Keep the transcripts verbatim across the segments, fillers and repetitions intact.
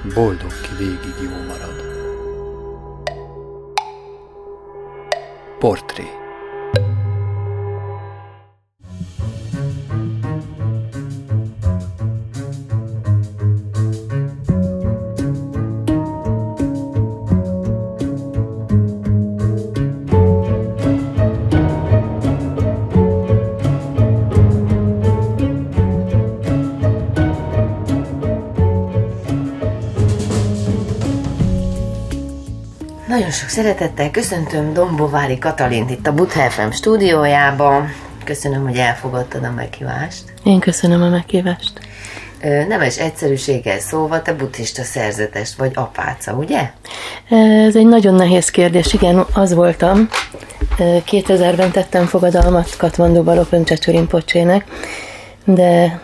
boldog ki végig jó marad. Portré. Nagyon sok szeretettel köszöntöm Dombovári Katalint itt a Buddha ef em stúdiójában. Köszönöm, hogy elfogadtad a meghívást. Én köszönöm a meghívást. Neves egyszerűséggel szólva, te buddhista szerzetes vagy apáca, ugye? Ez egy nagyon nehéz kérdés. Igen, az voltam. kétezerben tettem fogadalmat Katmanduba Lopön Csacsú Rinpocsének, de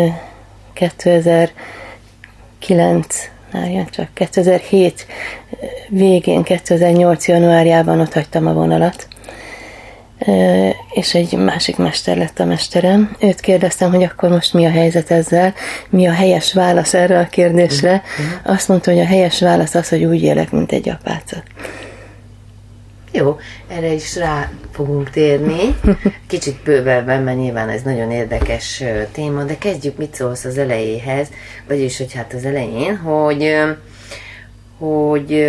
kétezer-kilenc Várján csak, kétezer-hét végén, kétezer-nyolc januárjában ott hagytam a vonalat, és egy másik mester lett a mesterem. Őt kérdeztem, hogy akkor most mi a helyzet ezzel, mi a helyes válasz erre a kérdésre. Azt mondta, hogy a helyes válasz az, hogy úgy élek, mint egy apáca. Jó, erre is rá fogunk térni. Kicsit bővebben, mert nyilván ez nagyon érdekes téma, de kezdjük, mit szólsz az elejéhez, vagyis, hogy hát az elején, hogy, hogy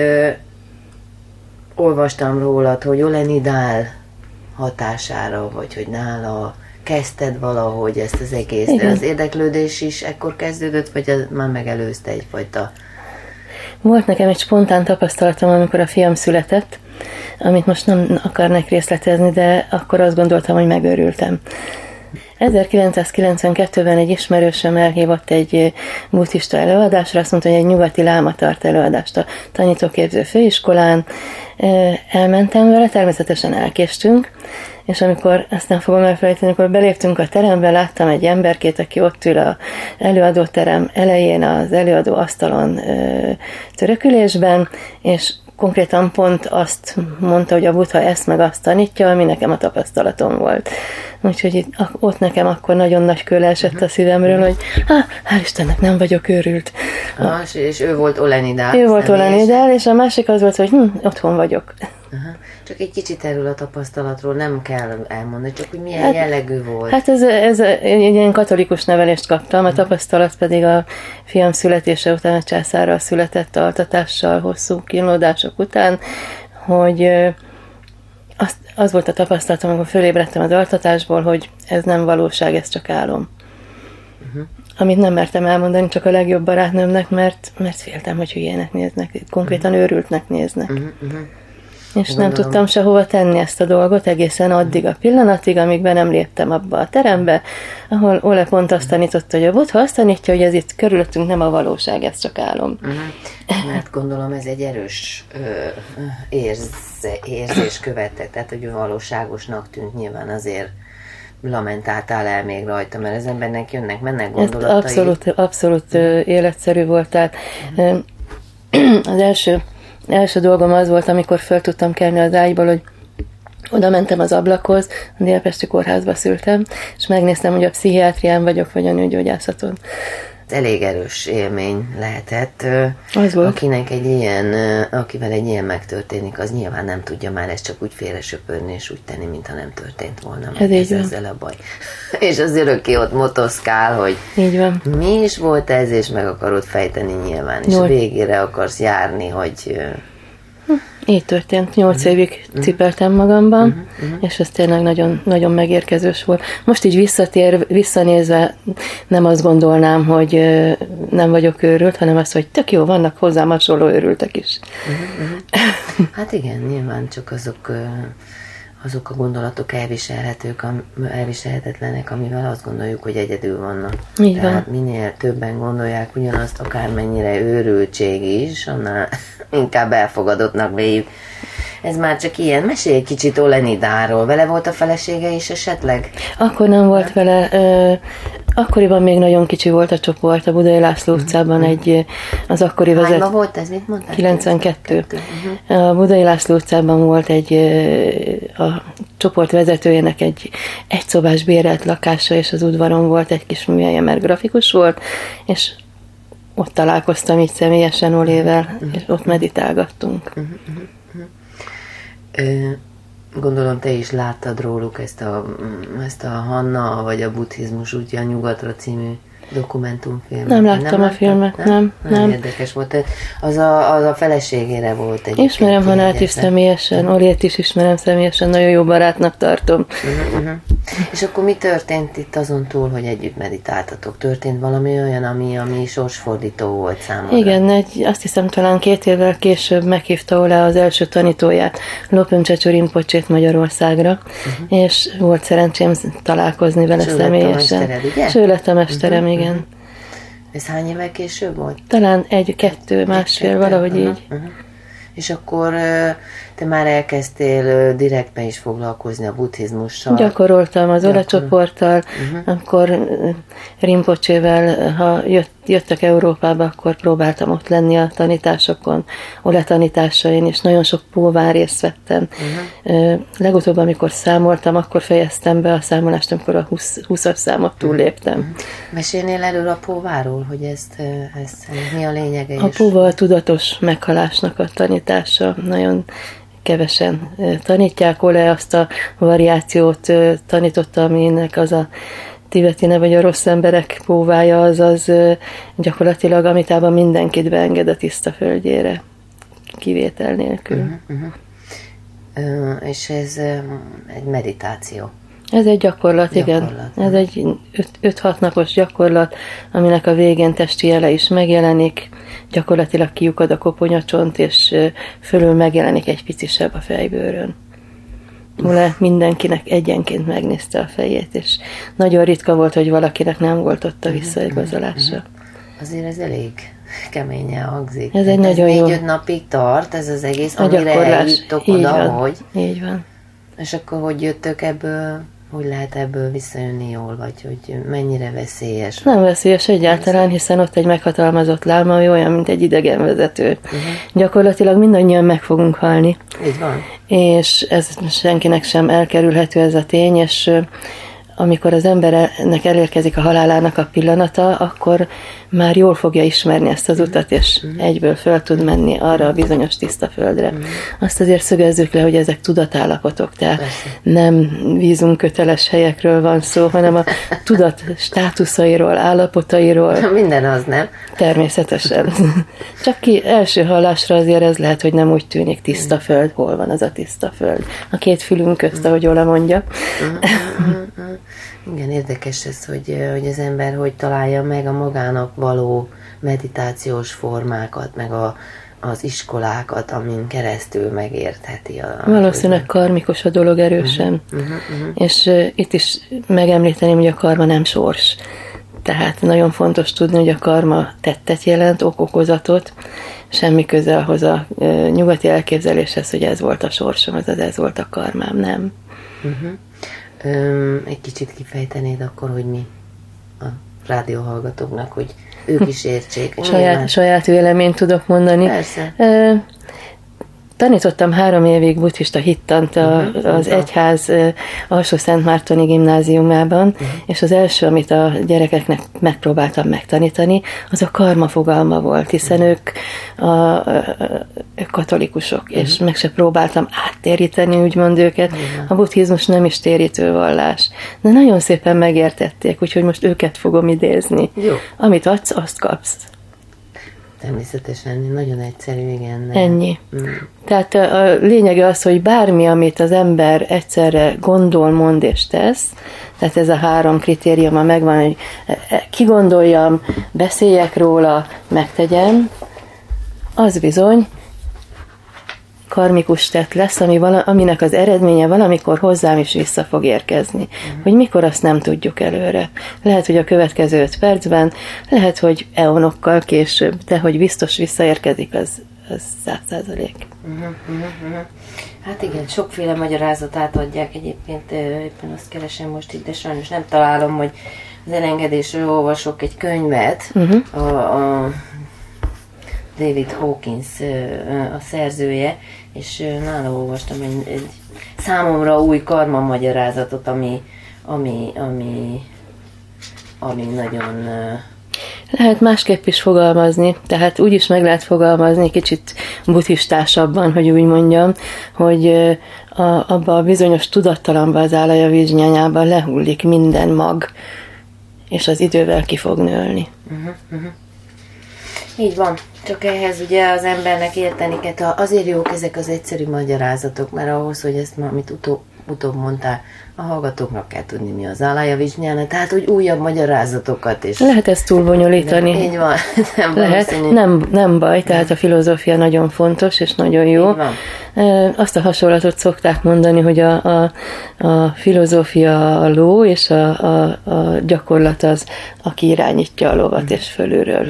olvastam rólad, hogy Olenidál hatására, vagy hogy nála kezdted valahogy ezt az egész, de az érdeklődés is ekkor kezdődött, vagy az már megelőzte egyfajta? Volt nekem egy spontán tapasztalatom, amikor a fiam született, amit most nem akarnak részletezni, de akkor azt gondoltam, hogy megőrültem. ezerkilencszázkilencvenkettőben egy ismerősöm elhívott egy buddhista előadásra, azt mondta, hogy egy nyugati láma tart előadást a tanítóképző főiskolán. Elmentem vele, természetesen elkéstünk, és amikor, azt nem fogom elfelejteni, amikor beléptünk a terembe, láttam egy emberkét, aki ott ül az előadóterem elején az előadó asztalon törökülésben, és konkrétan pont azt mondta, hogy a Buddha ezt meg azt tanítja, ami nekem a tapasztalatom volt. Úgyhogy itt, ott nekem akkor nagyon nagy kő esett a szívemről, hogy há, hál' Istennek nem vagyok őrült. Ah, és ő volt Olenidál. Ő volt Olenidál, és a másik az volt, hogy hm, otthon vagyok. Aha. Csak egy kicsit erről a tapasztalatról nem kell elmondani, csak hogy milyen hát, jellegű volt. Hát ez, ez egy ilyen katolikus nevelést kaptam, a tapasztalat pedig a fiam születése után, a császárral született altatással, hosszú kínlódások után, hogy az, az volt a tapasztalatom, amikor fölébredtem az altatásból, hogy ez nem valóság, ez csak álom. Uh-huh. Amit nem mertem elmondani csak a legjobb barátnőmnek, mert, mert féltem, hogy hülyének néznek, konkrétan uh-huh. őrültnek néznek. Uh-huh. Uh-huh. És Gondolom. nem tudtam sehova tenni ezt a dolgot egészen addig a pillanatig, amíg be nem léptem abba a terembe, ahol Ole pont azt tanította, hogy a Buddha azt tanítja, hogy ez itt körülöttünk nem a valóság, ez csak álom. Uh-huh. Mert gondolom ez egy erős ö, érz, érzés követte, tehát hogy valóságosnak tűnt, nyilván azért lamentáltál el még rajta, mert az embernek jönnek, mennek gondolatai. Ez abszolút, abszolút uh-huh. életszerű volt, tehát uh-huh. az első első dolgom az volt, amikor föl tudtam kelni az ágyból, hogy oda mentem az ablakhoz, a Délpesti Kórházba szültem, és megnéztem, hogy a pszichiátrián vagyok, vagy a nőgyógyászaton. Elég erős élmény lehetett. Az volt. Akinek egy ilyen, akivel egy ilyen megtörténik, az nyilván nem tudja már ezt csak úgy félresöpörni, és úgy tenni, mintha nem történt volna. Ez így ez ezzel a baj. És az örökké ott motoszkál, hogy így van. Mi is volt ez, és meg akarod fejteni nyilván, és Nyolc. a végére akarsz járni, hogy... Így történt. Nyolc uh-huh. évig cipeltem magamban, uh-huh. Uh-huh. és ez tényleg nagyon, nagyon megérkezős volt. Most így visszatér, visszanézve nem azt gondolnám, hogy nem vagyok őrült, hanem azt, hogy tök jó, vannak hozzám hasonló őrültek is. Uh-huh. Uh-huh. Hát igen, nyilván csak azok, azok a gondolatok elviselhetők, elviselhetetlenek, amivel azt gondoljuk, hogy egyedül vannak. Így Tehát van. minél többen gondolják ugyanazt, akármennyire őrültség is, annál inkább elfogadottnak véljük. Ez már csak ilyen. Mesélj egy kicsit Olenidáról. Vele volt a felesége is esetleg? Akkor nem volt vele. Akkoriban még nagyon kicsi volt a csoport, a Budai László utcában egy, az akkori vezet... Hányban volt ez? Mit mondtál? kilencvenkettő. Uh-huh. A Budai László utcában volt egy, a csoport vezetőjének egy egyszobás bérelt lakása, és az udvaron volt egy kis műhelye, mert grafikus volt, és ott találkoztam így személyesen Olével, uh-huh. és ott meditálgattunk. Uh-huh. Uh-huh. Gondolom, te is láttad róluk ezt a, ezt a Hanna, vagy a Buddhizmus útja a nyugatra című dokumentumfilmet. Nem láttam nem a filmet, nem. Nem, nem. nem. Érdekes volt. Az a, az a feleségére volt egy. Ismerem Hannát is személyesen, Olét is ismerem személyesen, nagyon jó barátnak tartom. Uh-huh, uh-huh. És akkor mi történt itt azon túl, hogy együtt meditáltatok? Történt valami olyan, ami, ami sorsfordító volt számomra? Igen, egy, azt hiszem talán két évvel később meghívta Olá az első tanítóját, Lopön Csecső Rinpochét Magyarországra, uh-huh. és volt szerencsém találkozni vele Ső személyesen. Mestered, ugye? Ső lett a mesterem, uh-huh. igen. Ez hány évvel később volt? Talán egy, kettő, másfél, kettő, valahogy uh-huh, így. Uh-huh. És akkor te már elkezdtél direktben is foglalkozni a buddhizmussal. Gyakoroltam az Ola csoporttal, uh-huh. amikor Rinpochével, ha jött, jöttek Európába, akkor próbáltam ott lenni a tanításokon, Ola tanításain, és nagyon sok póván részt vettem. Uh-huh. Legutóbb, amikor számoltam, akkor fejeztem be a számolást, amikor a húszas számot túlléptem. Uh-huh. Mesélnél elől a póváról, hogy ezt, ezt, ez mi a lényege? A póva a tudatos meghalásnak a tanítása. Nagyon kevesen tanítják. Ole azt a variációt tanította, aminek az a tibeti neve, vagy a rossz emberek póvája, azaz gyakorlatilag Amitában mindenkit beenged a tiszta földjére, kivétel nélkül. Uh-huh, uh-huh. Uh, és ez uh, egy meditáció. Ez egy gyakorlat, gyakorlat igen. Ez egy öt-hat napos gyakorlat, aminek a végén testi jele is megjelenik, gyakorlatilag kiukad a koponyacsont, és fölül megjelenik egy picisebb a fejbőrön. Ole mindenkinek egyenként megnézte a fejét, és nagyon ritka volt, hogy valakinek nem volt ott a visszaigazolása. Azért ez elég keményen hangzik. Ez egy ez nagyon jó. négy-öt napig tart ez az egész, a amire gyakorlás. eljuttok Így oda, van. hogy... Így van. És akkor hogy jöttök ebből, hogy lehet ebből visszajönni jól, vagy hogy mennyire veszélyes? Nem veszélyes egyáltalán, hiszen ott egy meghatalmazott láma, ami olyan, mint egy idegenvezető. Uh-huh. Gyakorlatilag mindannyian meg fogunk halni. Így van. És ez senkinek sem elkerülhető ez a tény, és amikor az embernek elérkezik a halálának a pillanata, akkor már jól fogja ismerni ezt az utat, és uh-huh. egyből föl tud menni arra a bizonyos tiszta földre. Uh-huh. Azt azért szögezzük le, hogy ezek tudatállapotok, tehát Persze. nem vízumköteles helyekről van szó, hanem a tudat státuszairól, állapotairól. Minden az, nem? Természetesen. Csak ki első hallásra azért ez lehet, hogy nem úgy tűnik tiszta föld, hol van az a tiszta föld. A két fülünk közt, ahogy Ola mondja. Igen, érdekes ez, hogy, hogy az ember hogy találja meg a magának való meditációs formákat, meg a, az iskolákat, amin keresztül megértheti. A, Valószínűleg karmikus a dolog erősen. Uh-huh, uh-huh, uh-huh. És uh, itt is megemlíteném, hogy a karma nem sors. Tehát nagyon fontos tudni, hogy a karma tettet jelent, ok-okozatot, semmi köze ahhoz a uh, nyugati elképzeléshez, hogy ez volt a sorsom, azaz ez volt a karmám, nem. Uh-huh. Um, egy kicsit kifejtenéd akkor, hogy mi a rádióhallgatóknak, hogy ők is értsék. Saját, saját véleményt tudok mondani. Persze. Uh, Tanítottam három évig buddhista hittant a, az egyház Alsó Szent Mártoni gimnáziumában, uh-huh. és az első, amit a gyerekeknek megpróbáltam megtanítani, az a karma fogalma volt, hiszen uh-huh. ők, a, a, ők katolikusok, uh-huh. és meg se próbáltam áttéríteni, úgymond őket. Uh-huh. A buddhizmus nem is térítő vallás. De nagyon szépen megértették, úgyhogy most őket fogom idézni. Jó. Amit adsz, azt kapsz. Természetesen, nagyon egyszerű, igen. Ennyi. Mm. Tehát a lényege az, hogy bármi, amit az ember egyszerre gondol, mond és tesz, tehát ez a három kritériuma megvan, hogy kigondoljam, beszéljek róla, megtegyem, az bizony karmikus tett lesz, ami vala, aminek az eredménye valamikor hozzám is vissza fog érkezni. Mm. Hogy mikor, azt nem tudjuk előre. Lehet, hogy a következő öt percben, lehet, hogy eonokkal később, de hogy biztos visszaérkezik, az száz százalék. Hát igen, sokféle magyarázatát adják egyébként, éppen azt keresem most itt, de sajnos nem találom, hogy az elengedésről olvasok egy könyvet, uh-huh. a, a David Hawkins a szerzője, és nála olvastam egy, egy számomra új karma magyarázatot, ami, ami, ami, ami nagyon Lehet másképp is fogalmazni, tehát úgy is meg lehet fogalmazni, kicsit buddhistásabban, hogy úgy mondjam, hogy a, abba a bizonyos tudattalanba, az állaja víznyányában lehullik minden mag, és az idővel ki fog nőlni. Uh-huh, uh-huh. Így van. Csak ehhez ugye az embernek érteni kell, azért jók ezek az egyszerű magyarázatok, mert ahhoz, hogy ezt ma, amit utó, utóbb mondtál, a hallgatóknak kell tudni, mi az állaja vizsnyána, tehát hogy újabb magyarázatokat is. Lehet ezt túlbonyolítani. De, így van. Nem Lehet, nem, nem baj, tehát a filozófia nagyon fontos és nagyon jó. Azt a hasonlatot szokták mondani, hogy a, a, a filozófia a ló, és a, a, a gyakorlat az, aki irányítja a lovat, és fölülről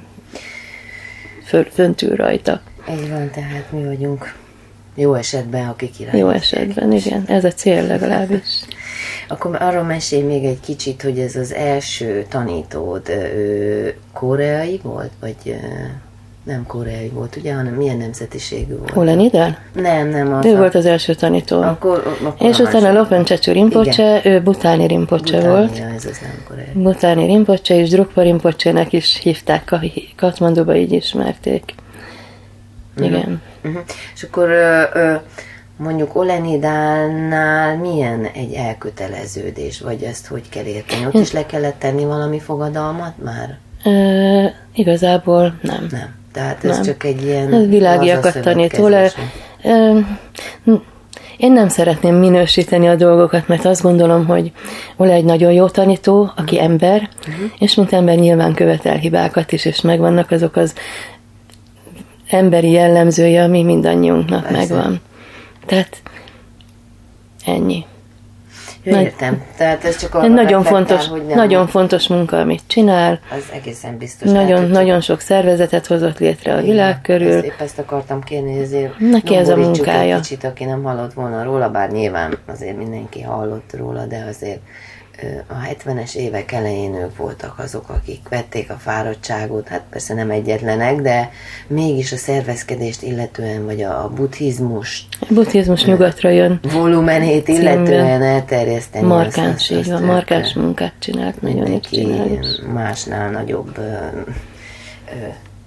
föl, föntül rajta. Így van, tehát mi vagyunk jó esetben, akik irányítják. Jó esetben, igen. Ez a cél legalábbis. Akkor arról mesélj még egy kicsit, hogy ez az első tanítód, ő koreai volt, vagy nem koreai volt, ugye, hanem milyen nemzetiségű volt? Ulanidel? Nem, nem. Az ő a... volt az első tanító. Akkor, akkor és utána Lopen Csecsu Rinpoche, ő Butáni Rinpoche Butáni, volt. Ja, ez az nem koreai. Butáni Rinpoche és Drukpa Rinpoche-nek is hívták, Katmanduba így ismerték. Igen. Uh-huh. És akkor mondjuk Olenidálnál milyen egy elköteleződés, vagy ezt hogy kell érteni? Ott is le kellett tenni valami fogadalmat már? E, igazából nem. Nem. Tehát ez nem. csak egy ilyen... Ez világiakat tanító le. E, én nem szeretném minősíteni a dolgokat, mert azt gondolom, hogy Ole egy nagyon jó tanító, aki uh-huh. ember, uh-huh. és mint ember nyilván követel hibákat is, és megvannak azok az emberi jellemzője, ami mindannyiunknak Persze. megvan. Tehát ennyi. Jó, értem. Tehát ez csak arra nagyon fontos, fontos, hogy nagyon fontos munka, amit csinál. Az egészen biztos. Nagyon, lehet, nagyon sok szervezetet hozott létre a világ körül. Ezt, épp ezt akartam kérni, ezért neki ez a munkája. Egy kicsit, aki nem hallott volna róla, bár nyilván azért mindenki hallott róla, de azért a hetvenes évek elején ők voltak azok, akik vették a fáradtságot, hát persze nem egyetlenek, de mégis a szervezkedést illetően, vagy a buddhizmus a buddhizmus nyugatra jön volumenét illetően elterjeszteni. Markáns, így van, markáns munkát csinált, nagyon így csinált. Másnál nagyobb ö, ö,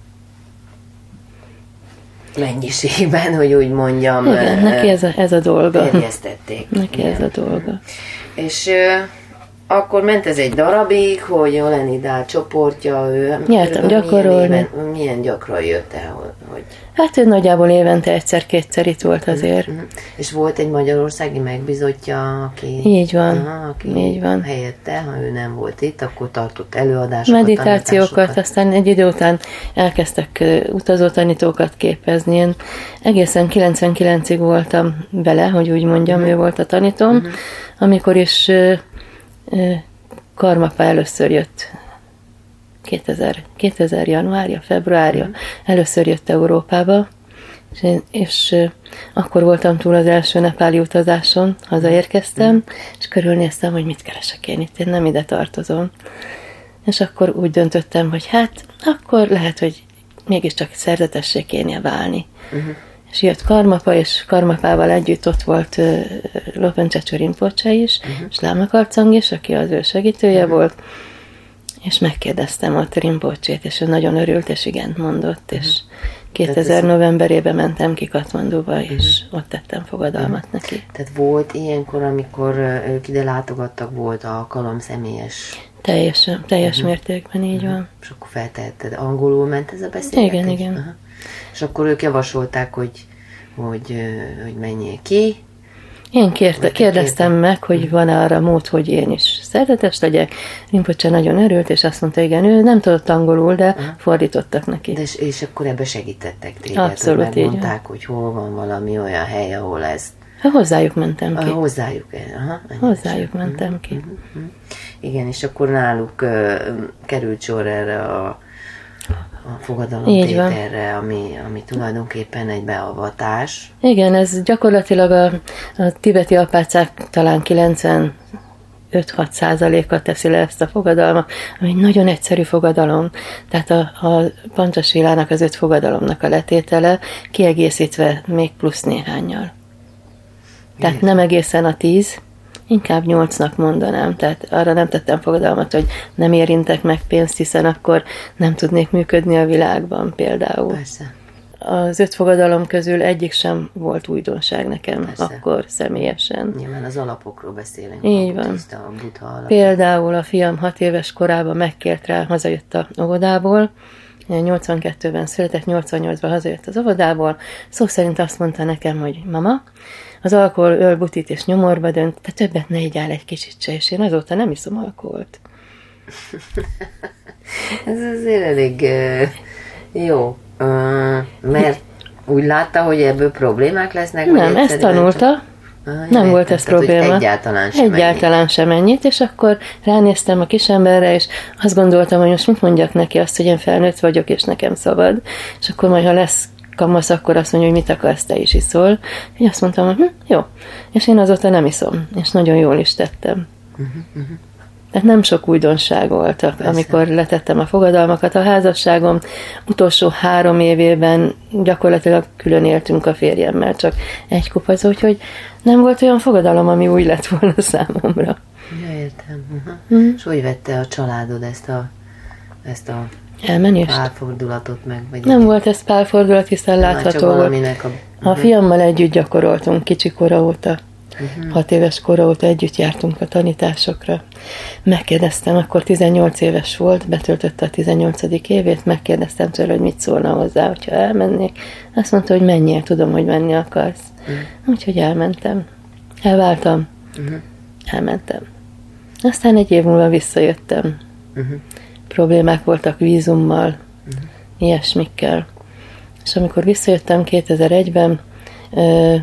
mennyiségben, hogy úgy mondjam. Igen, ö, neki ez a, ez a dolga. Terjesztették. Neki igen. ez a dolga. És ö, akkor ment ez egy darabig, hogy Olenidál csoportja, ő Nyertem gyakorolni. Milyen, éven, milyen gyakran jött el? Hogy... Hát ő nagyjából évente egyszer-kétszer itt volt azért. Mm-hmm. És volt egy magyarországi megbizotja, aki... Így van. Aha, aki így van. Helyette, ha ő nem volt itt, akkor tartott előadásokat, meditációkat, aztán egy idő után elkezdtek utazó tanítókat képezni. Én egészen kilencvenkilencig voltam vele, hogy úgy mondjam, mm-hmm. ő volt a tanítóm, mm-hmm. amikor is Karmapa először jött kétezer, kétezer januárja, februárja, mm. először jött Európába, és, én, és akkor voltam túl az első nepáli utazáson, hazaérkeztem, mm. és körülnéztem, hogy mit keresek én itt, én nem ide tartozom. És akkor úgy döntöttem, hogy hát akkor lehet, hogy mégiscsak szerzetessé kéne válni. Mm. És jött Karmapa, és Karmapával együtt ott volt uh, Lopen Csecsu Rinpoche is, uh-huh. és Lama Karcang is, aki az ő segítője uh-huh. volt, és megkérdeztem ott Rinpochét, és ő nagyon örült, és igent mondott, uh-huh. és kétezer novemberében mentem ki Katmanduba, uh-huh. és ott tettem fogadalmat uh-huh. neki. Tehát volt ilyenkor, amikor ők ide látogattak, volt alkalom személyes... Teljes, teljes uh-huh. mértékben, így uh-huh. van. És akkor feltehetted, angolul ment ez a beszélgetés? Igen, igen. Uh-huh. És akkor ők javasolták, hogy, hogy, hogy menjél ki. Én kérte, kérdeztem meg, hogy van-e arra mód, hogy én is szerzetes legyek. Rinpoche nagyon örült, és azt mondta, igen, ő nem tudott angolul, de uh-huh. fordítottak neki. De és, és akkor ebbe segítettek téged, abszolút, hogy megmondták, hogy hol van valami olyan hely, ahol ez... Ha hozzájuk mentem ki. Ah, hozzájuk, aha, hozzájuk mentem ki. Uh-huh, uh-huh. Igen, és akkor náluk uh, került sor erre a a fogadalomtételre, ami, ami tulajdonképpen egy beavatás. Igen, ez gyakorlatilag a, a tibeti apácák talán kilencvenöt-hat százaléka teszi le ezt a fogadalmat, ami egy nagyon egyszerű fogadalom. Tehát a, a Pancsasilának az öt fogadalomnak a letétele, kiegészítve még plusz néhánnyal. Tehát nem egészen a tíz, Inkább nyolcnak mondanám, tehát arra nem tettem fogadalmat, hogy nem érintek meg pénzt, hiszen akkor nem tudnék működni a világban például. Persze. Az öt fogadalom közül egyik sem volt újdonság nekem Persze. akkor személyesen. Nyilván az alapokról beszélünk. Így a van. buddhista, a buddha alapok. Például a fiam hat éves korában megkért rá, hazajött a óvodából, nyolcvankettőben született, nyolcvannyolcban hazajött az óvodából, szó szerint azt mondta nekem, hogy mama, az alkohol öl, butit és nyomorba dönt, te többet ne igyál egy kicsit se, és én azóta nem iszom alkoholt. Ez azért elég uh, jó, uh, mert úgy látta, hogy ebből problémák lesznek? Nem, ezt tanulta, Ah, nem értem, volt ez tehát, probléma. Egyáltalán sem Egyáltalán sem ennyit, és akkor ránéztem a kisemberre, és azt gondoltam, hogy most mit mondjak neki, azt, hogy én felnőtt vagyok, és nekem szabad, és akkor majd, ha lesz kamasz, akkor azt mondja, hogy mit akarsz, te is iszol. Én azt mondtam, hogy hm, jó. És én azóta nem iszom, és nagyon jól is tettem. Uh-huh, uh-huh. Tehát nem sok újdonság volt, Persze. amikor letettem a fogadalmakat. A házasságom utolsó három évében gyakorlatilag külön éltünk a férjemmel, csak egy kupac, úgyhogy nem volt olyan fogadalom, ami új lett volna számomra. Ja, értem. Uh-huh. Hmm. És hogy vette a családod ezt a, ezt a Elmenést? párfordulatot meg? Vagy Nem volt ez párfordulat, hiszen látható volt. valaminek a... A fiammal együtt gyakoroltunk kicsi kora óta. Uh-huh. Hat éves kora óta együtt jártunk a tanításokra. Megkérdeztem, akkor tizennyolc éves volt, betöltötte a tizennyolcadik évét, megkérdeztem tőle, hogy mit szólna hozzá, hogyha elmennék. Azt mondta, hogy menjél, tudom, hogy menni akarsz. Uh-huh. Úgyhogy elmentem. Elváltam. Uh-huh. Elmentem. Aztán egy év múlva visszajöttem. Uh-huh. Problémák voltak vízummal, uh-huh. ilyesmikkel. És amikor visszajöttem kétezer-egyben, ö,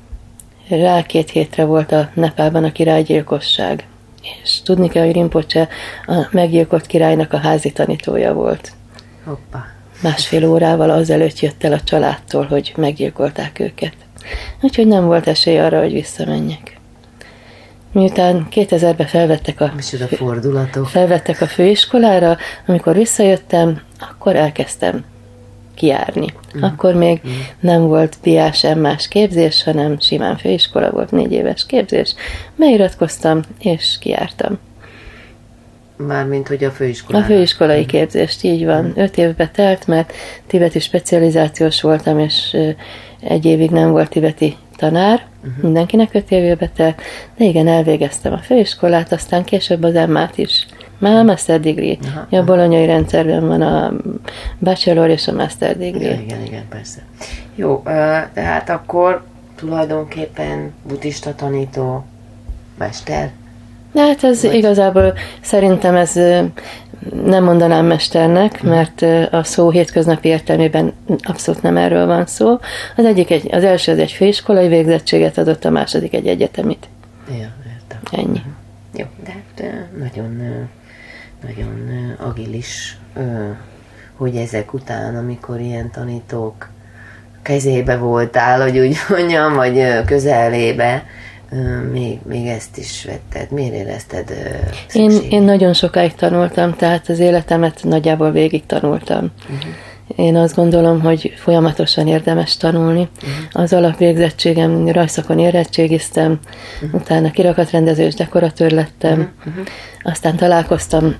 rá két hétre volt a Nepálban a királygyilkosság. És tudni kell, hogy Rinpoche a meggyilkolt királynak a házi tanítója volt. Hoppá. Másfél órával azelőtt jött el a családtól, hogy meggyilkolták őket. Úgyhogy nem volt esély arra, hogy visszamenjek. Miután kétezerben felvettek a, Micsoda fordulatok. felvettek a főiskolára, amikor visszajöttem, akkor elkezdtem kijárni. Mm. Akkor még mm. nem volt diás emmás képzés, hanem simán főiskola volt, négy éves képzés. Beiratkoztam, és kijártam. Mármint, hogy a főiskolára. A főiskolai mm. képzést, így van. Mm. Öt évbe telt, mert tibeti specializációs voltam, és egy évig nem volt tibeti tanár. Uh-huh. Mindenkinek öt évbe telt. De igen, elvégeztem a főiskolát, aztán később az emmát is. Már a master degree. Uh-huh. Ja, a bolonyai rendszerben van a bachelor és a master degree. Ja, igen, igen, persze. Jó, tehát akkor tulajdonképpen buddhista tanító mester? De hát ez vagy... igazából szerintem ez nem mondanám mesternek, mert a szó hétköznapi értelmében abszolút nem erről van szó. Az egyik egy, az első az egy főiskolai végzettséget adott, a második egy egyetemit. Ja, értem. Ennyi. Jó, de hát nagyon, nagyon agilis, hogy ezek után, amikor ilyen tanítók kezébe voltál, hogy úgy mondjam, vagy közelébe, Még, még ezt is vetted. Miért érezted én, én nagyon sokáig tanultam, tehát az életemet nagyjából végig tanultam. Uh-huh. Én azt gondolom, hogy folyamatosan érdemes tanulni. Uh-huh. Az alapvégzettségem rajszakon érettségiztem, uh-huh. utána kirakatrendező és dekoratőr lettem, uh-huh. aztán találkoztam,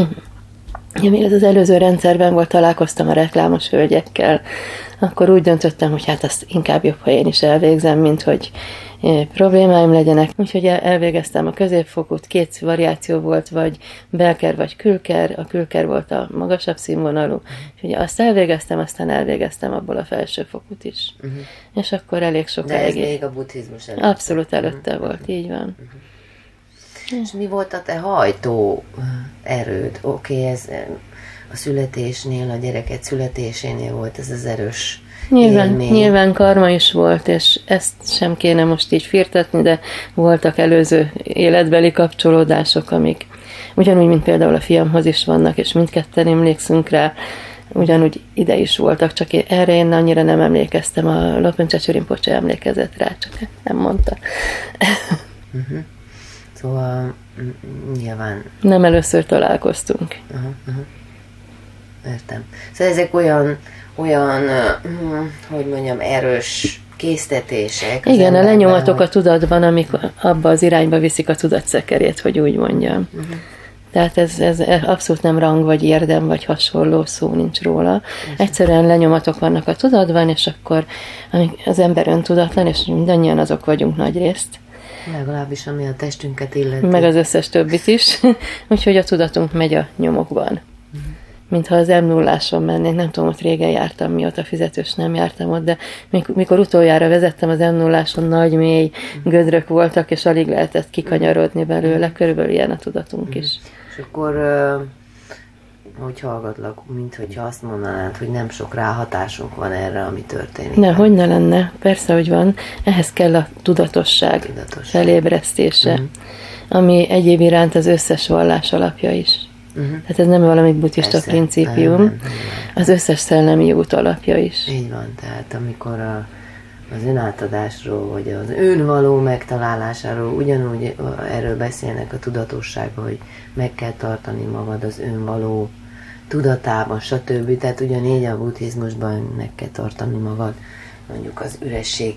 még az az előző rendszerben volt, találkoztam a reklámos hölgyekkel, akkor úgy döntöttem, hogy hát azt inkább jobb, ha én is elvégzem, mint hogy problémáim legyenek. Úgyhogy elvégeztem a középfokút, két variáció volt, vagy belker, vagy külker. A külker volt a magasabb színvonalú. Úgyhogy azt elvégeztem, aztán elvégeztem abból a felsőfokút is. Uh-huh. És akkor elég sokáig. De ez még a buddhizmus előtte. Abszolút előtte uh-huh. volt, így van. Uh-huh. És mi volt a te hajtó erőd? Oké, okay, ez a születésnél, a gyereket születésénél volt ez az erős Nyilván, élmény. nyilván karma is volt, és ezt sem kéne most így firtatni, de voltak előző életbeli kapcsolódások, amik ugyanúgy, mint például a fiamhoz is vannak, és mindketten emlékszünk rá, ugyanúgy ide is voltak, csak én, erre én annyira nem emlékeztem, a Lopin Csacsú Rinpoche emlékezett rá, csak nem mondta. Uh-huh. Szóval nyilván... Nem először találkoztunk. Uh-huh, uh-huh. Értem. Szóval ezek olyan, olyan, hogy mondjam, erős késztetések. Igen, a lenyomatok hogy... a tudatban, amik abba az irányba viszik a tudatszekerét, hogy úgy mondjam. Uh-huh. Tehát ez, ez abszolút nem rang, vagy érdem, vagy hasonló szó nincs róla. Uh-huh. Egyszerűen lenyomatok vannak a tudatban, és akkor az ember öntudatlan, és mindannyian azok vagyunk nagyrészt. Legalábbis ami a testünket illeti. Meg az összes többit is. Úgyhogy a tudatunk megy a nyomokban. Uh-huh. Mintha az em nulláson mennénk, nem tudom, ott régen jártam, mióta fizetős nem jártam ott, de mikor utoljára vezettem az em nulláson, nagy, mély gödrök voltak, és alig lehetett kikanyarodni belőle, körülbelül ilyen a tudatunk is. És akkor, hogy hallgatlak, minthogyha azt mondanád, hogy nem sok ráhatásunk van erre, ami történik. Ne, hogy ne lenne, persze, hogy van, ehhez kell a tudatosság, tudatosság. felébresztése, uh-huh. ami egyéb iránt az összes vallás alapja is. Uh-huh. Tehát ez nem valami buddhista Persze, principium, nem, nem, nem. az összes szellemi út alapja is. Így van, tehát amikor a, az önátadásról, vagy az önvaló megtalálásáról ugyanúgy erről beszélnek a tudatosságban, hogy meg kell tartani magad az önvaló tudatában, stb. Tehát ugyanígy a buddhizmusban meg kell tartani magad mondjuk az üresség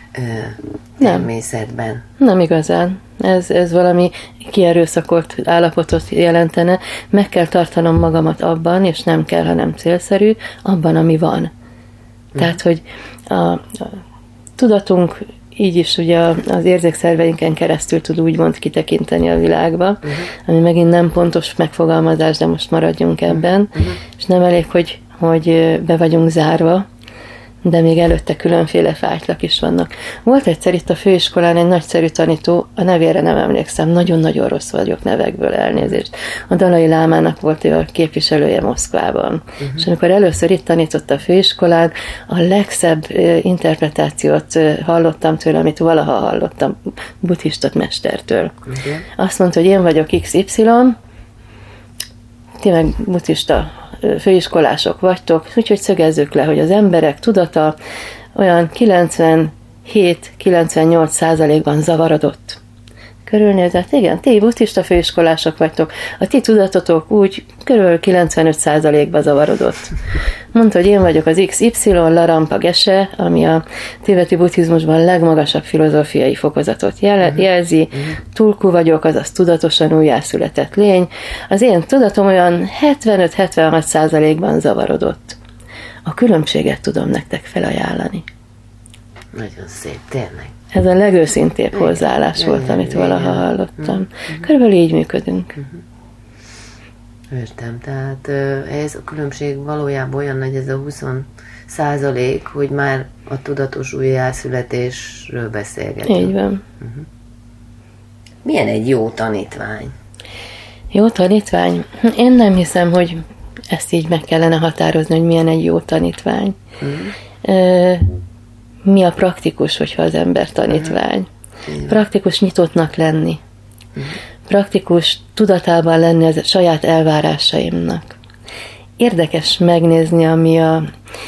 természetben. Nem, nem igazán. Ez, ez valami kierőszakolt állapotot jelentene. Meg kell tartanom magamat abban, és nem kell, hanem célszerű, abban, ami van. Hm. Tehát, hogy a, a tudatunk így is ugye az érzékszerveinken keresztül tud úgymond kitekinteni a világba, uh-huh. ami megint nem pontos megfogalmazás, de most maradjunk ebben, uh-huh. és nem elég, hogy, hogy be vagyunk zárva, de még előtte különféle fájtlak is vannak. Volt egyszer itt a főiskolán egy nagyszerű tanító, a nevére nem emlékszem, nagyon-nagyon rossz vagyok nevekből, elnézést. A Dalai Lámának volt a képviselője Moszkvában. Uh-huh. És amikor először itt tanított a főiskolán, a legszebb interpretációt hallottam tőle, amit valaha hallottam buddhista mestertől. Uh-huh. Azt mondta, hogy én vagyok iksz ipszilon, ti meg buddhista főiskolások vagytok, úgyhogy szögezzük le, hogy az emberek tudata olyan kilencvenhét-kilencvennyolc százalékban zavarodott. Körülnézett, igen, ti buddhista főiskolások vagytok, a ti tudatotok úgy körülbelül kilencvenöt százalékban zavarodott. Mondta, hogy én vagyok az iksz ipszilon Larampa Gese, ami a tibeti buddhizmusban legmagasabb filozófiai fokozatot jel- jelzi. Tulku vagyok, azaz tudatosan újjászületett lény. Az én tudatom olyan hetvenöt-hetvenhat százalékban zavarodott. A különbséget tudom nektek felajánlani. Nagyon szép, tényleg. Ez a legőszintébb hozzáállás igen, volt, igen, amit igen, valaha igen. hallottam. Uh-huh. Körülbelül így működünk. Uh-huh. Értem, tehát ez a különbség valójában olyan nagy, ez a húsz százalék, hogy már a tudatos újjászületésről beszélgetünk. Így van. Uh-huh. Milyen egy jó tanítvány? Jó tanítvány? Én nem hiszem, hogy ezt így meg kellene határozni, hogy milyen egy jó tanítvány. Uh-huh. Mi a praktikus, hogyha az ember tanítvány? Uh-huh. Praktikus nyitottnak lenni. Uh-huh. Praktikus tudatában lenni az saját elvárásaimnak. Érdekes megnézni, ami a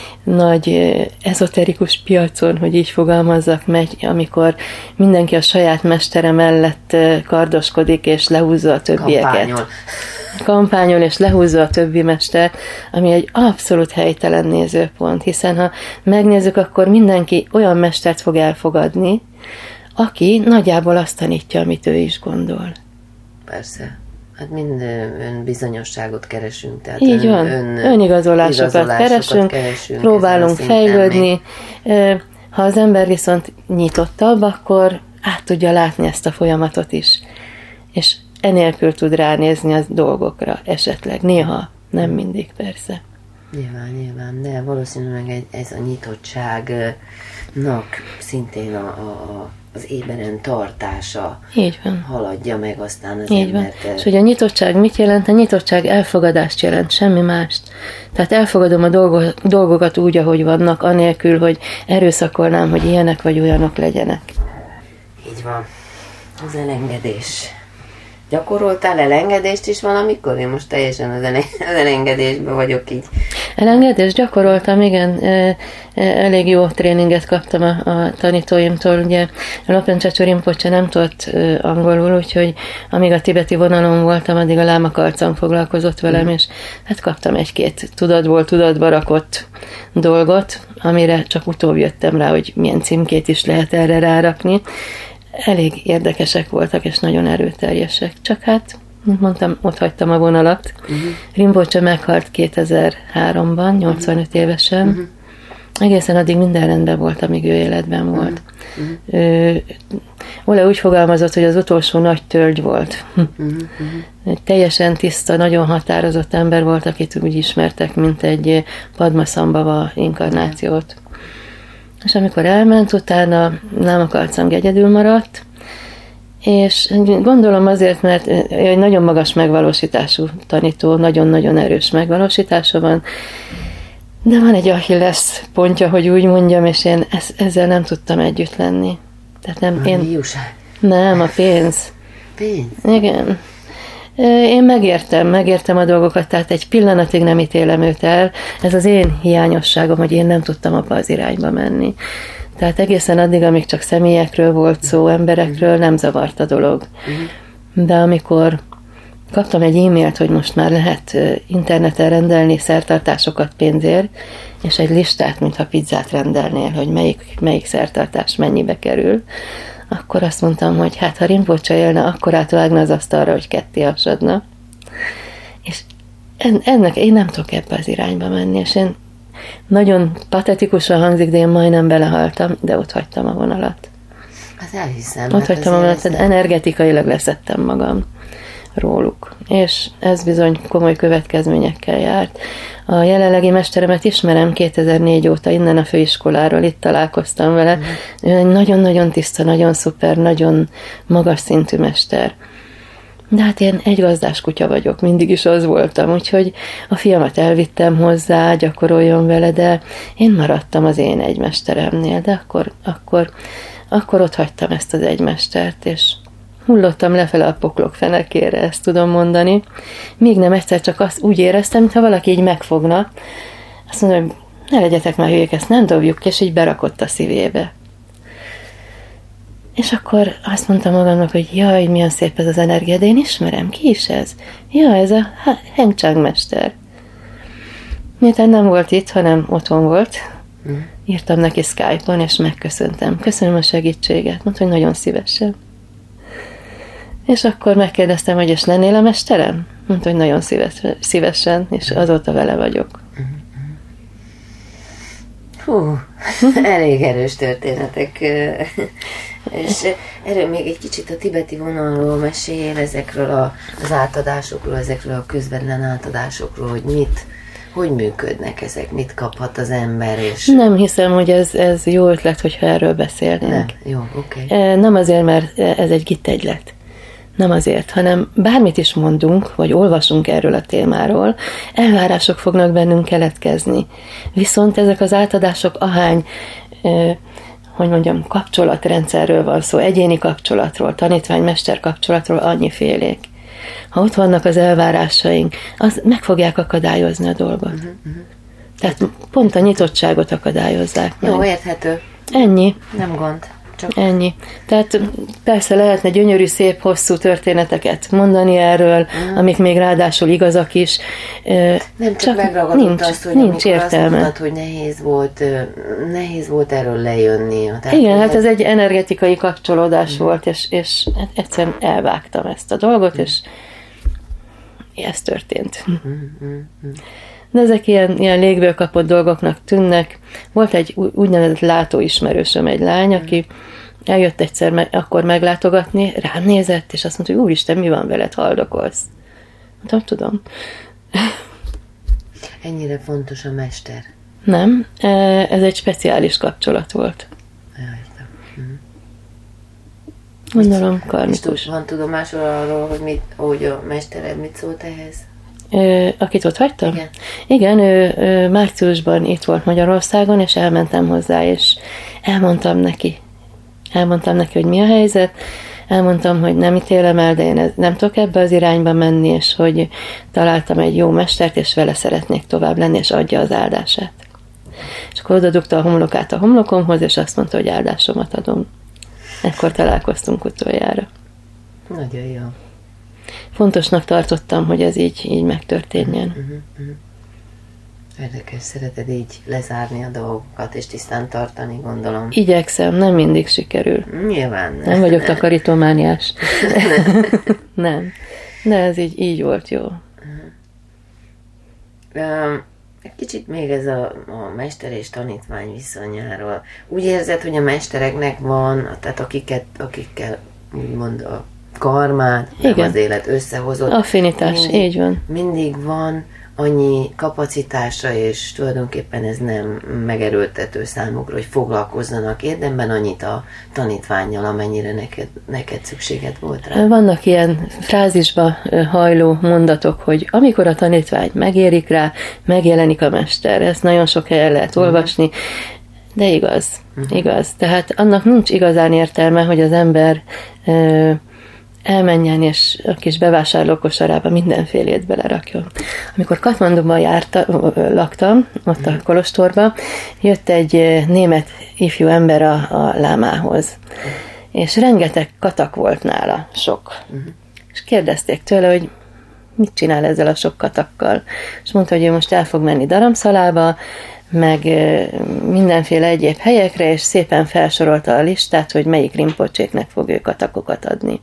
nagy ezoterikus piacon, hogy így fogalmazzak meg, amikor mindenki a saját mestere mellett kardoskodik és lehúzza a többieket. Kampányol. Kampányol és lehúzza a többi mestert, ami egy abszolút helytelen nézőpont, hiszen ha megnézzük, akkor mindenki olyan mestert fog elfogadni, aki nagyjából azt tanítja, amit ő is gondol. Persze. Hát mind önbizonyosságot keresünk. Tehát így van. Ön, önigazolásokat keresünk, keresünk, próbálunk fejlődni. Menni. Ha az ember viszont nyitottabb, akkor át tudja látni ezt a folyamatot is. És enélkül tud ránézni a dolgokra esetleg. Néha, nem mindig persze. Nyilván, nyilván, de valószínűleg egy, ez a nyitottságnak szintén a, a, az éberen tartása így van. Haladja meg aztán az így embert. Van. És hogy a nyitottság mit jelent? A nyitottság elfogadást jelent, semmi mást. Tehát elfogadom a dolgo- dolgokat úgy, ahogy vannak, anélkül, hogy erőszakolnám, hogy ilyenek vagy olyanok legyenek. Így van. Az elengedés. Gyakoroltál elengedést is valamikor? Én most teljesen az, ele- az elengedésben vagyok így. Elengedés gyakoroltam, igen, elég jó tréninget kaptam a, a tanítóimtól, ugye Lopen Csácsó Rinpoche nem tudott angolul, úgyhogy amíg a tibeti vonalon voltam, addig a lámakarcam foglalkozott velem, és hát kaptam egy-két tudatból tudatba rakott dolgot, amire csak utóbb jöttem rá, hogy milyen címkét is lehet erre rárakni. Elég érdekesek voltak, és nagyon erőteljesek. Csak hát, mint mondtam, ott hagytam a vonalat. Uh-huh. Rinpoche meghalt kétezer-háromban, nyolcvanöt évesen. Uh-huh. Egészen addig minden rendben volt, amíg ő életben volt. Uh-huh. Ő, Ole úgy fogalmazott, hogy az utolsó nagy tölgy volt. Uh-huh. Egy teljesen tiszta, nagyon határozott ember volt, akit úgy ismertek, mint egy Padmasambhava inkarnációt. És amikor elment, utána Námakarcang egyedül maradt, és gondolom azért, mert egy nagyon magas megvalósítású tanító, nagyon-nagyon erős megvalósítása van, de van egy Achilles pontja, hogy úgy mondjam, és én ezzel nem tudtam együtt lenni. Tehát nem, a én... Nem, a pénz. Pénz? Igen. Én megértem, megértem a dolgokat, tehát egy pillanatig nem ítélem őt el. Ez az én hiányosságom, hogy én nem tudtam abba az irányba menni. Tehát egészen addig, amíg csak személyekről volt szó, emberekről, nem zavart a dolog. De amikor kaptam egy e-mailt, hogy most már lehet interneten rendelni szertartásokat pénzért, és egy listát, mintha pizzát rendelnél, hogy melyik, melyik szertartás mennyibe kerül, akkor azt mondtam, hogy hát ha Rinpoche élne, akkor átvágna az asztalra, hogy ketté hasadna. És ennek én nem tudok ebbe az irányba menni, és én nagyon patetikusan hangzik, de én majdnem belehaltam, de ott hagytam a vonalat. Hát elhiszem. Ott hagytam a vonalat, tehát energetikailag leszettem magam róluk. És ez bizony komoly következményekkel járt. A jelenlegi mesteremet ismerem kétezer-négy óta, innen a főiskoláról, itt találkoztam vele. Mm. Ő egy nagyon-nagyon tiszta, nagyon szuper, nagyon magas szintű mester. De hát én egy gazdás kutya vagyok, mindig is az voltam, úgyhogy a fiamat elvittem hozzá, gyakoroljon vele, de én maradtam az én egymesteremnél, de akkor, akkor, akkor ott hagytam ezt az egymestert, és hullottam lefele a poklok fenekére, ezt tudom mondani. Még nem egyszer csak azt úgy éreztem, mintha valaki így megfogna. Azt mondom, hogy ne legyetek már hülyék, ezt nem dobjuk ki, és így berakott a szívébe. És akkor azt mondtam magamnak, hogy jaj, milyen szép ez az energia, de én ismerem, ki is ez? Ja, ez a Heng Chang mester. Miután nem volt itt, hanem otthon volt, mm. írtam neki Skype-on, és megköszöntem. Köszönöm a segítséget. Mondta, hogy nagyon szívesen. És akkor megkérdeztem, hogy és lennél a mesterem? Mondta, hogy nagyon szíves, szívesen, és azóta vele vagyok. Hú, elég erős történetek. És erről még egy kicsit a tibeti vonalról mesél, ezekről a, az átadásokról, ezekről a közvetlen átadásokról, hogy mit, hogy működnek ezek, mit kaphat az ember, és... Nem hiszem, hogy ez, ez jó ötlet, hogyha erről beszélnénk. Nem, jó, oké. Okay. Nem azért, mert ez egy gittegylet. Nem azért, hanem bármit is mondunk, vagy olvasunk erről a témáról, elvárások fognak bennünk keletkezni. Viszont ezek az átadások ahány, eh, hogy mondjam, kapcsolatrendszerről van szó, egyéni kapcsolatról, tanítvány-mester kapcsolatról, annyifélék. Ha ott vannak az elvárásaink, az meg fogják akadályozni a dolgot. Uh-huh, uh-huh. Tehát pont a nyitottságot akadályozzák meg. Jó, érthető. Ennyi. Nem gond. Csak... Ennyi. Tehát persze lehetne gyönyörű, szép, hosszú történeteket mondani erről, mm. amik még ráadásul igazak is. Nem csak, csak megragadott nincs, azt, hogy nincs értelme. Azt mondtad, hogy nehéz volt, nehéz volt erről lejönni. Tehát igen, hát ez egy energetikai kapcsolódás mm. volt, és, és egyszerűen elvágtam ezt a dolgot, mm. és ez történt. Mm, mm, mm. De ezek ilyen, ilyen légből kapott dolgoknak tűnnek. Volt egy úgynevezett látóismerősöm, egy lány, aki eljött egyszer me- akkor meglátogatni, rám nézett, és azt mondta, hogy úristen, mi van veled, haldokolsz? Mondtam, tudom. Ennyire fontos a mester? Nem, ez egy speciális kapcsolat volt. Gondolom, karmikus. Van tudomásról arról, hogy, mit, hogy a mestered mit szólt ehhez? Ö, akit ott hagytam? Igen. Igen, ő, ő márciusban itt volt Magyarországon, és elmentem hozzá, és elmondtam neki. Elmondtam neki, hogy mi a helyzet. elmondtam, hogy nem ítélem el, de én nem tudok ebbe az irányba menni, és hogy találtam egy jó mestert, és vele szeretnék tovább lenni, és adja az áldását. És akkor oda dugta a homlokát a homlokomhoz, és azt mondta, hogy áldásomat adom. Ekkor találkoztunk utoljára. Nagyon jó. Fontosnak tartottam, hogy ez így, így megtörténjen. Uh-huh, uh-huh. Érdekes, szereted így lezárni a dolgokat, és tisztán tartani, gondolom. Igyekszem, nem mindig sikerül. Nyilván. Nem vagyok takarítómániás. Nem. De ez így, így volt jó. Uh-huh. Kicsit még ez a, a mester és tanítvány viszonyáról. Úgy érzed, hogy a mestereknek van, tehát akiket, akikkel úgymond a karmát, nem az élet összehozott. Affinitás, mindig, így van. Mindig van annyi kapacitása, és tulajdonképpen ez nem megerőltető számukra, hogy foglalkozzanak érdemben annyit a tanítvánnyal, amennyire neked, neked szükséged volt rá. Vannak ilyen frázisba hajló mondatok, hogy amikor a tanítvány megérik rá, megjelenik a mester. Ezt nagyon sok helyen lehet uh-huh. olvasni, de igaz, uh-huh. igaz. Tehát annak nincs igazán értelme, hogy az ember uh, elmenjen, és a kis bevásárlókosarába mindenfélét belerakjon. Amikor Katmanduban járta, laktam, ott a kolostorban, jött egy német ifjú ember a, a lámához, és rengeteg katak volt nála, sok. És kérdezték tőle, hogy mit csinál ezzel a sok katakkal. És mondta, hogy ő most el fog menni Dharamszalába, meg mindenféle egyéb helyekre, és szépen felsorolta a listát, hogy melyik rimpocséknek fog ő katakokat adni.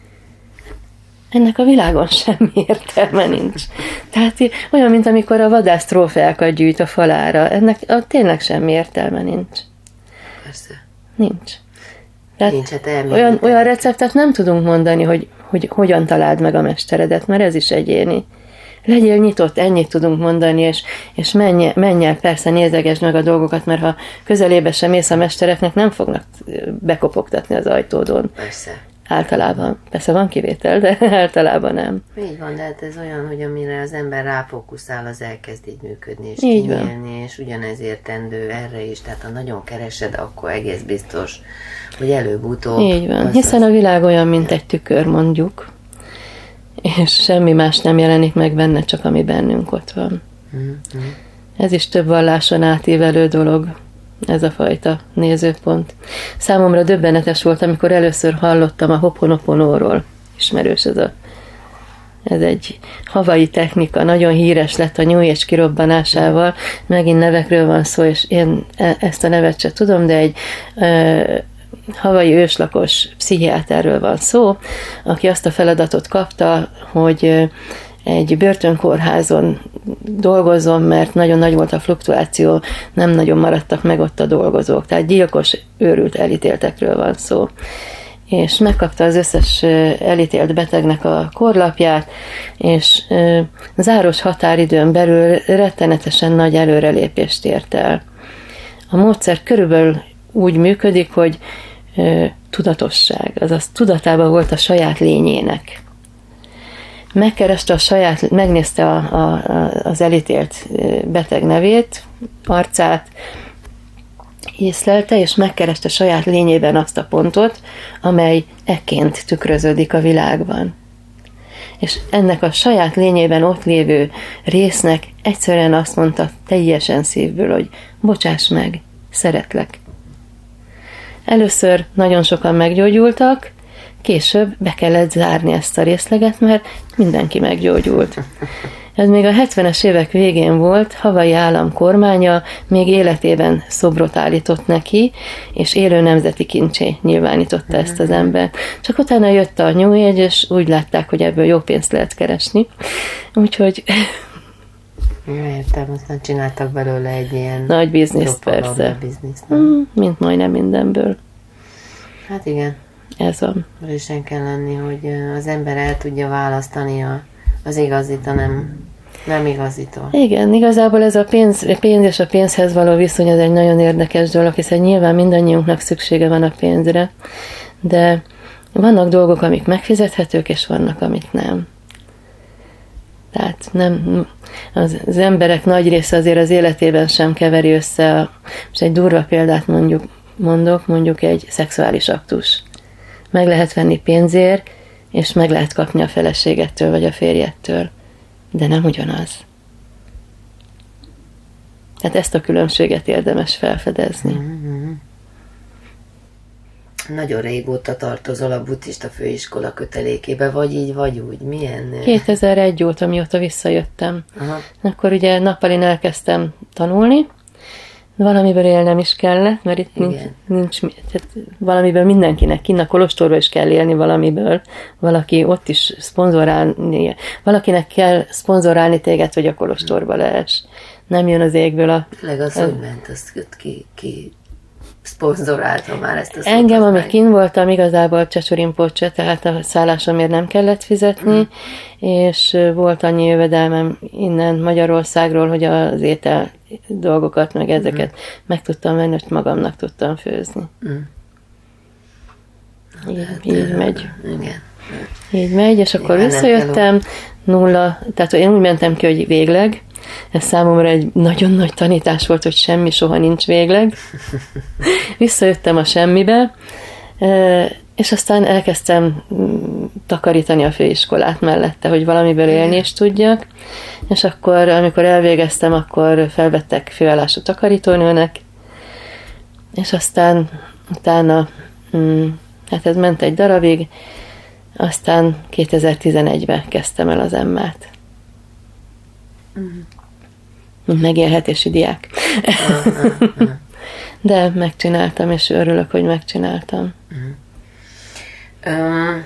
Ennek a világon semmi értelme nincs. Tehát olyan, mint amikor a vadász trófeákat gyűjt a falára. Ennek a, tényleg semmi értelme nincs. Persze. Nincs. Tehát nincs, hát olyan, olyan receptet nem tudunk mondani, hogy, hogy hogyan találd meg a mesteredet, mert ez is egyéni. Legyél nyitott, ennyit tudunk mondani, és, és menj, menj el, persze nézegesd meg a dolgokat, mert ha közelébe sem mész a mestereknek, nem fognak bekopogtatni az ajtódon. Persze. Általában. Persze van kivétel, de általában nem. Így van, de hát ez olyan, hogy amire az ember ráfókuszál, az elkezd így működni, és így kinyílni, és ugyanez értendő erre is, tehát ha nagyon keresed, akkor egész biztos, hogy előbb-utóbb... Így van, hiszen a világ olyan, mint egy tükör, mondjuk, és semmi más nem jelenik meg benne, csak ami bennünk ott van. Mm-hmm. Ez is több valláson átívelő dolog, ez a fajta nézőpont. Számomra döbbenetes volt, amikor először hallottam a Ho'oponoponoról. Ismerős ez a... Ez egy havai technika, nagyon híres lett a New Age kirobbanásával. Megint nevekről van szó, és én ezt a nevet sem tudom, de egy e, havai őslakos pszichiáterről van szó, aki azt a feladatot kapta, hogy egy börtönkórházon dolgozzon, mert nagyon nagy volt a fluktuáció, nem nagyon maradtak meg ott a dolgozók. Tehát gyilkos, őrült elítéltekről van szó. És megkapta az összes elítélt betegnek a korlapját, és záros határidőn belül rettenetesen nagy előrelépést ért el. A módszer körülbelül úgy működik, hogy tudatosság, azaz tudatában volt a saját lényének. Megkereste a saját, megnézte a, a, az elítélt beteg nevét, arcát, észlelte, és megkereste saját lényében azt a pontot, amely ekként tükröződik a világban. És ennek a saját lényében ott lévő résznek egyszerűen azt mondta teljesen szívből, hogy bocsáss meg, szeretlek. Először nagyon sokan meggyógyultak, később be kellett zárni ezt a részleget, mert mindenki meggyógyult. Ez még a hetvenes évek végén volt, Hawaii állam kormánya még életében szobrot állított neki, és élő nemzeti kincsé nyilvánította ezt az embert. Csak utána jött a New Age, és úgy látták, hogy ebből jó pénzt lehet keresni. Úgyhogy... Ja, értem, aztán csináltak belőle egy ilyen... Nagy bizniszt, persze. Bizniszt, mm, mint majdnem mindenből. Hát igen. Ez van. Erősen kell lenni, hogy az ember el tudja választani a, az igazit, a nem, nem igazitól. Igen, igazából ez a pénz, pénz és a pénzhez való viszony az egy nagyon érdekes dolog, hiszen nyilván mindannyiunknak szüksége van a pénzre, de vannak dolgok, amik megfizethetők, és vannak, amik nem. Tehát nem, az, az emberek nagy része azért az életében sem keveri össze, a, most egy durva példát mondjuk, mondok, mondjuk egy szexuális aktus. meg lehet venni pénzért, és meg lehet kapni a feleségettől, vagy a férjettől. De nem ugyanaz. Tehát ezt a különbséget érdemes felfedezni. Mm-hmm. Nagyon régóta tartozol a buddhista főiskola kötelékébe, vagy így, vagy úgy. Milyen? kétezer-egy óta, mióta visszajöttem. Aha. Akkor ugye nappalin elkezdtem tanulni, valamiből élnem is kellett, mert itt nincs, nincs tehát valamiből mindenkinek, kinn a kolostorba is kell élni valamiből, valaki ott is szponzorálni, valakinek kell szponzorálni téged, hogy a kolostorba lehess. Nem jön az égből a... Tényleg az, hogy ment, azt ki, ki szponzorálta már ezt a szót. Engem, amíg kint voltam, igazából Csecsurimpocse, tehát a szállásomért nem kellett fizetni, mm. és volt annyi jövedelmem innen Magyarországról, hogy az étel dolgokat, meg ezeket mm. meg tudtam venni, hogy magamnak tudtam főzni. Mm. Így, hát, így megy. Igen. Így megy, és akkor igen, visszajöttem, nulla, tehát én úgy mentem ki, hogy végleg. Ez számomra egy nagyon nagy tanítás volt, hogy semmi soha nincs végleg. Visszajöttem a semmibe, és aztán elkezdtem takarítani a főiskolát mellette, hogy valamiből élni is tudjak. És akkor, amikor elvégeztem, akkor felvettek főállású takarítónőnek, és aztán utána, hát ez ment egy darabig, aztán kétezer-tizenegyben kezdtem el az emmát. Mint megélhetési diák. De megcsináltam, és örülök, hogy megcsináltam. Um,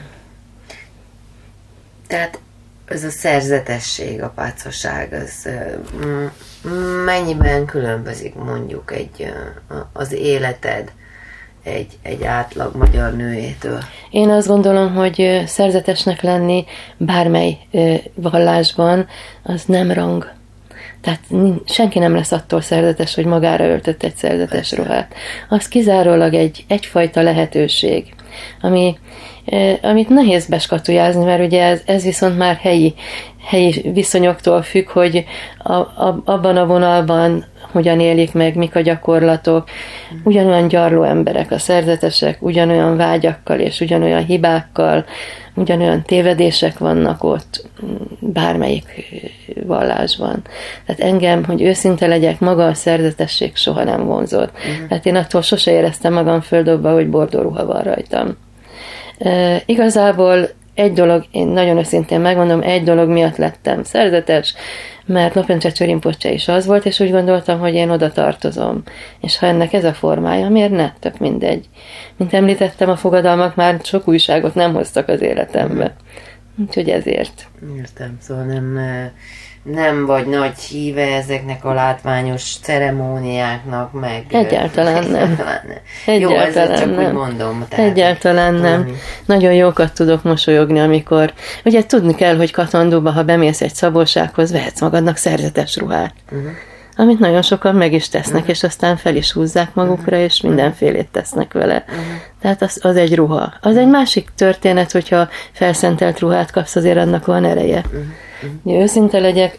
tehát ez a szerzetesség, a pácoság, az um, mennyiben különbözik mondjuk egy, az életed egy, egy átlag magyar nőjétől? Én azt gondolom, hogy szerzetesnek lenni bármely vallásban, az nem rang. Tehát senki nem lesz attól szerzetes, hogy magára öltött egy szerzetes ruhát. Az kizárólag egy, egyfajta lehetőség, ami, amit nehéz beskatujázni, mert ugye ez, ez viszont már helyi, helyi viszonyoktól függ, hogy a, a, abban a vonalban hogyan élik meg, mik a gyakorlatok. Ugyanolyan gyarló emberek a szerzetesek, ugyanolyan vágyakkal és ugyanolyan hibákkal, ugyanolyan tévedések vannak ott bármelyik vallásban. Tehát engem, hogy őszinte legyek, maga a szerzetesség soha nem vonzott. Uh-huh. Tehát én attól sose éreztem magam földobva, hogy bordó ruha van rajtam. E, igazából egy dolog, én nagyon őszintén megmondom, egy dolog miatt lettem szerzetes, mert Lopen Csecső Rinpoche is az volt, és úgy gondoltam, hogy én oda tartozom. És ha ennek ez a formája, miért ne? Tök mindegy. Mint említettem, a fogadalmak már sok újságot nem hoztak az életembe. Úgyhogy ezért. Értem, szóval nem, nem vagy nagy híve ezeknek a látványos ceremóniáknak, meg... Egyáltalán nem. Egyáltalán nem. Egyáltalán Jó, csak nem. Úgy mondom. Tehát Egyáltalán nem. Valami... Nagyon jókat tudok mosolyogni, amikor... Ugye tudni kell, hogy Katmandúba, ha bemész egy szabósághoz, vehetsz magadnak szerzetes ruhát. Uh-huh. Amit nagyon sokan meg is tesznek, uh-huh. és aztán fel is húzzák magukra, és mindenfélét tesznek vele. Uh-huh. Tehát az, az egy ruha. Az egy másik történet, hogyha felszentelt ruhát kapsz, azért annak van ereje. Uh-huh. Uh-huh. Őszinte legyek,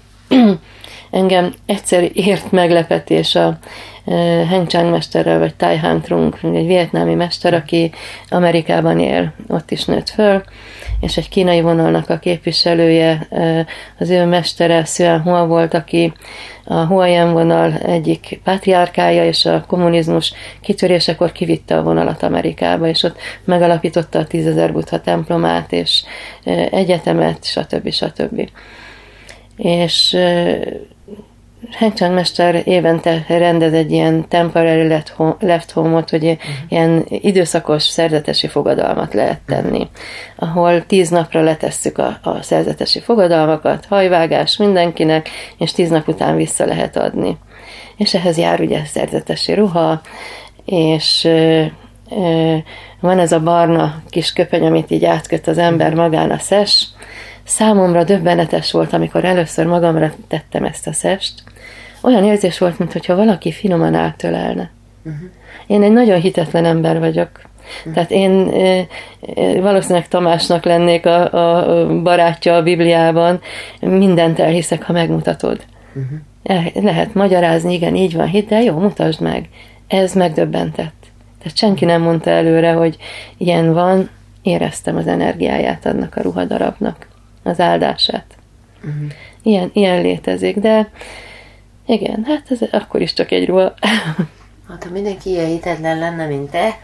engem egyszer ért meglepetés a uh, Heng Chang mesterrel, vagy Tai Hang Trung, egy vietnámi mester, aki Amerikában él, ott is nőtt föl, és egy kínai vonalnak a képviselője, uh, az ő mestere Xuan Hua volt, aki a Huayan vonal egyik pátriárkája, és a kommunizmus kitörésekor kivitte a vonalat Amerikába, és ott megalapította a tízezer buddha templomát, és uh, egyetemet, stb. stb. És uh, Heng Chang mester évente rendez egy ilyen temporary left, home, left home-ot, hogy uh-huh. ilyen időszakos szerzetesi fogadalmat lehet tenni, ahol tíz napra letesszük a, a szerzetesi fogadalmakat, hajvágás mindenkinek, és tíz nap után vissza lehet adni. És ehhez jár ugye szerzetesi ruha, és ö, ö, van ez a barna kis köpeny, amit így átköt az ember magán, a szes. Számomra döbbenetes volt, amikor először magamra tettem ezt a szest. Olyan érzés volt, mintha valaki finoman átölelne. Uh-huh. Én egy nagyon hitetlen ember vagyok. Uh-huh. Tehát én e, e, valószínűleg Tamásnak lennék a, a barátja a Bibliában. Mindent elhiszek, ha megmutatod. Uh-huh. El, lehet magyarázni, igen, így van, hidd el, jó, mutasd meg. Ez megdöbbentett. Tehát senki nem mondta előre, hogy ilyen van, éreztem az energiáját annak a ruhadarabnak, az áldását. Uh-huh. Ilyen, ilyen létezik, de igen, hát ez akkor is csak egy ruha. Hát ha mindenki ilyen hitetlen lenne, mint te,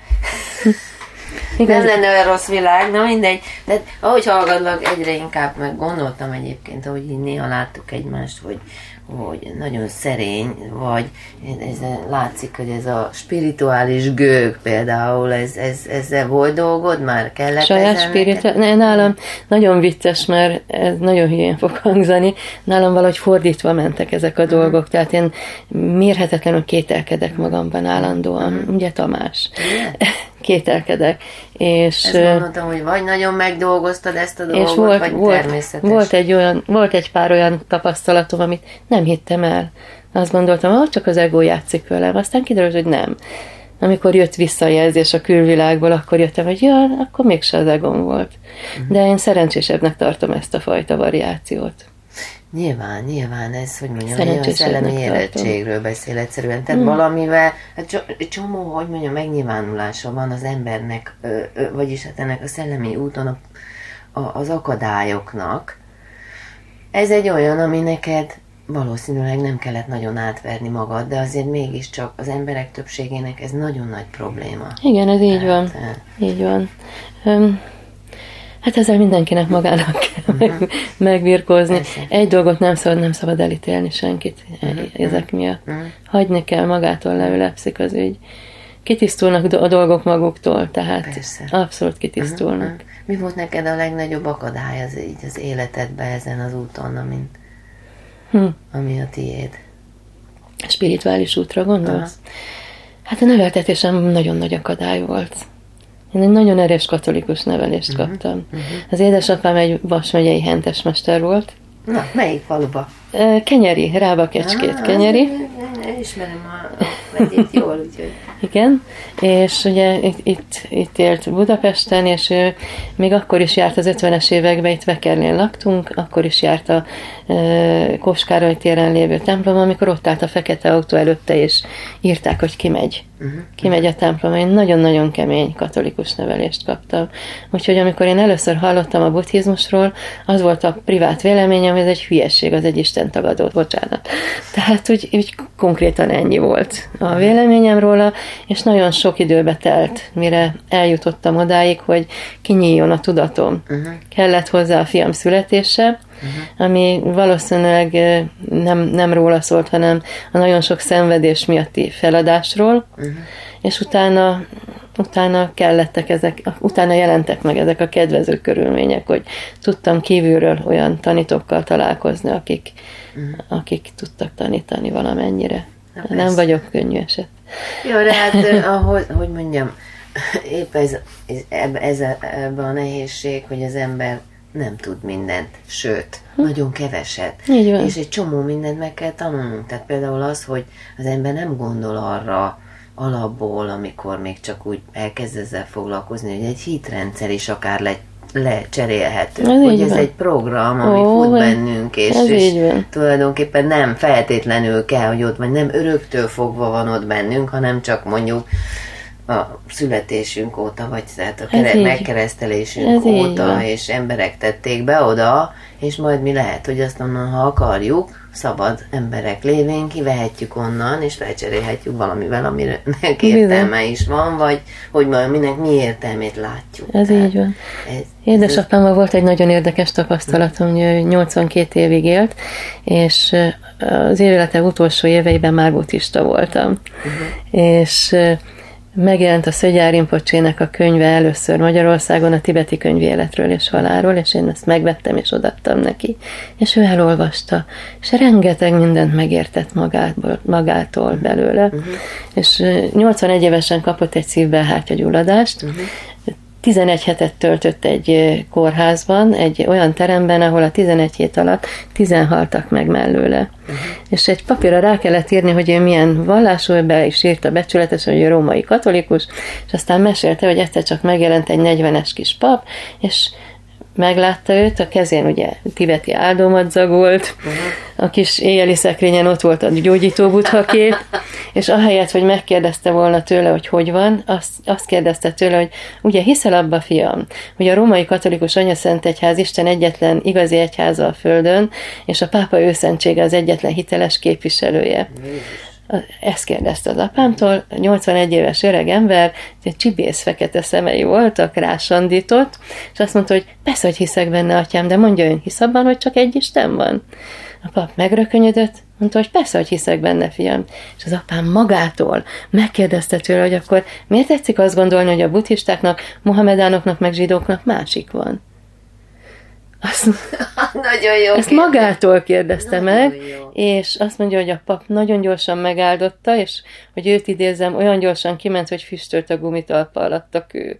nem lenne olyan rossz világ, na mindegy. De ahogy hallgatlak, egyre inkább meg gondoltam egyébként, ahogy így néha láttuk egymást, hogy, hogy nagyon szerény vagy. Ez, látszik, hogy ez a spirituális gőg például, ez, ez, ezzel volt dolgod már? Kellett saját spirituális? Nálam nagyon vicces, mert ez nagyon hülyén fog hangzani. Nálam valahogy fordítva mentek ezek a uh-huh. dolgok, tehát én mérhetetlenül kételkedek magamban állandóan. Uh-huh. Ugye Tamás? Yeah. Kételkedek. És ezt mondtam, hogy vagy nagyon megdolgoztad ezt a dolgot, és volt, vagy volt, természetes. Volt egy, olyan, volt egy pár olyan tapasztalatom, amit nem hittem el. Azt gondoltam, hogy csak az ego játszik velem. Aztán kiderült, hogy nem. Amikor jött visszajelzés a külvilágból, akkor jöttem, hogy ja, akkor mégse az egom volt. Uh-huh. De én szerencsésebbnek tartom ezt a fajta variációt. Nyilván, nyilván ez, hogy mondjam, egy olyan szellemi érettségről beszél egyszerűen. Tehát mm. valamivel, egy csomó, hogy mondjam, megnyilvánulása van az embernek, vagyis hát ennek a szellemi úton a, a, az akadályoknak. Ez egy olyan, ami neked valószínűleg nem kellett nagyon átverni magad, de azért mégiscsak az emberek többségének ez nagyon nagy probléma. Igen, ez így van. Hát, így van. Um, Hát ezzel mindenkinek magának kell uh-huh. megbirkózni. Persze. Egy dolgot nem szabad, nem szabad elítélni senkit uh-huh. ezek miatt. Uh-huh. Hagyni kell, magától leülepszik az ügy. Kitisztulnak a dolgok maguktól, tehát Persze. abszolút kitisztulnak. Uh-huh. Mi volt neked a legnagyobb akadály az, így az életedben ezen az úton, amin, hm. ami a tiéd? A spirituális útra gondolsz? Uh-huh. Hát a neveltetésem nagyon nagy akadály volt. Én egy nagyon erős katolikus nevelést uh-huh, kaptam. Uh-huh. Az édesapám egy Vas megyei hentesmester volt. Na, melyik faluba? Kenyeri, Rába Kecskét, ah, Kenyeri. Ismerem a megyét jól, úgyhogy. Igen, és ugye itt, itt, itt élt Budapesten, és ő még akkor is járt az ötvenes években, itt Vekerlén laktunk, akkor is járt a e, Kóskároly téren lévő templom, amikor ott állt a fekete autó előtte, és írták, hogy kimegy. Uh-huh. Kimegy a templom. Én nagyon-nagyon kemény katolikus nevelést kaptam. Úgyhogy amikor én először hallottam a buddhizmusról, az volt a privát véleményem, hogy ez egy hülyeség, az egy Isten tagadó, bocsánat. Tehát úgy, úgy konkrétan ennyi volt a véleményem róla, és nagyon sok időbe telt, mire eljutottam odáig, hogy kinyíljon a tudatom. Uh-huh. Kellett hozzá a fiam születése, uh-huh. ami valószínűleg nem, nem róla szólt, hanem a nagyon sok szenvedés miatti feladásról, uh-huh. és utána, utána kellettek ezek, utána jelentek meg ezek a kedvező körülmények, hogy tudtam kívülről olyan tanítókkal találkozni, akik, uh-huh. akik tudtak tanítani valamennyire. Na, nem vagyok könnyű eset. Jó, de hát, ahogy, hogy mondjam, épp ez, ez, ez ebben a nehézség, hogy az ember nem tud mindent, sőt, hm. nagyon keveset. És egy csomó mindent meg kell tanulnunk. Tehát például az, hogy az ember nem gondol arra alapból, amikor még csak úgy elkezd ezzel foglalkozni, hogy egy hitrendszer is akár le, lecserélhető. Ez hogy ez van. Egy program, ami Ó, fut bennünk, és, és tulajdonképpen nem feltétlenül kell, hogy ott vagy, nem öröktől fogva van ott bennünk, hanem csak mondjuk a születésünk óta, vagy tehát a kere- megkeresztelésünk Ez óta, és emberek tették be oda, és majd mi lehet, hogy azt onnan, ha akarjuk, szabad emberek lévén kivehetjük onnan, és felcserélhetjük valamivel, aminek értelme is van, vagy hogy majd minek mi értelmét látjuk. Ez tehát így van. Ez, Édesapámmal volt egy nagyon érdekes tapasztalatom, hogy ő nyolcvankét évig élt, és az élete utolsó éveiben már buddhista voltam. Uh-huh. És megjelent a Szögyár Rinpocsének a könyve először Magyarországon, a tibeti könyv életről és halálról, és én ezt megvettem és odaadtam neki. És ő elolvasta, és rengeteg mindent megértett magától, magától belőle. Uh-huh. És nyolcvanegy évesen kapott egy szívbelhártyagyulladást, uh-huh. tizenegy hetet töltött egy kórházban, egy olyan teremben, ahol a tizenegy hét alatt tizen haltak meg mellőle. Uh-huh. És egy papírra rá kellett írni, hogy ő milyen vallású, be is írta becsületesen, hogy ő római katolikus, és aztán mesélte, hogy egyszer csak megjelent egy negyvenes kis pap, és meglátta őt, a kezén ugye tibeti áldomat zagolt, uh-huh. a kis éjjeli szekrényen ott volt a gyógyító buddha kép, és ahelyett, hogy megkérdezte volna tőle, hogy hogy van, azt, azt kérdezte tőle, hogy ugye hiszel abba, fiam, hogy a római katolikus anyaszentegyház Isten egyetlen igazi egyháza a földön, és a pápa őszentsége az egyetlen hiteles képviselője. Ezt kérdezte az apámtól, nyolcvanegy éves öreg ember, csibész fekete szemei voltak, rásandított, és azt mondta, hogy persze, hogy hiszek benne, atyám, de mondja, ön hisz abban, hogy csak egy Isten van? A pap megrökönyödött, mondta, hogy persze, hogy hiszek benne, fiam. És az apám magától megkérdezte tőle, hogy akkor miért tetszik azt gondolni, hogy a buddhistáknak, mohamedánoknak, meg zsidóknak másik van? Azt, nagyon jó ezt kérdés. Magától kérdezte Nagyon meg, jó. és azt mondja, hogy a pap nagyon gyorsan megáldotta, és hogy őt idézem, olyan gyorsan kiment, hogy füstölt a gumitalpa alatt a kő.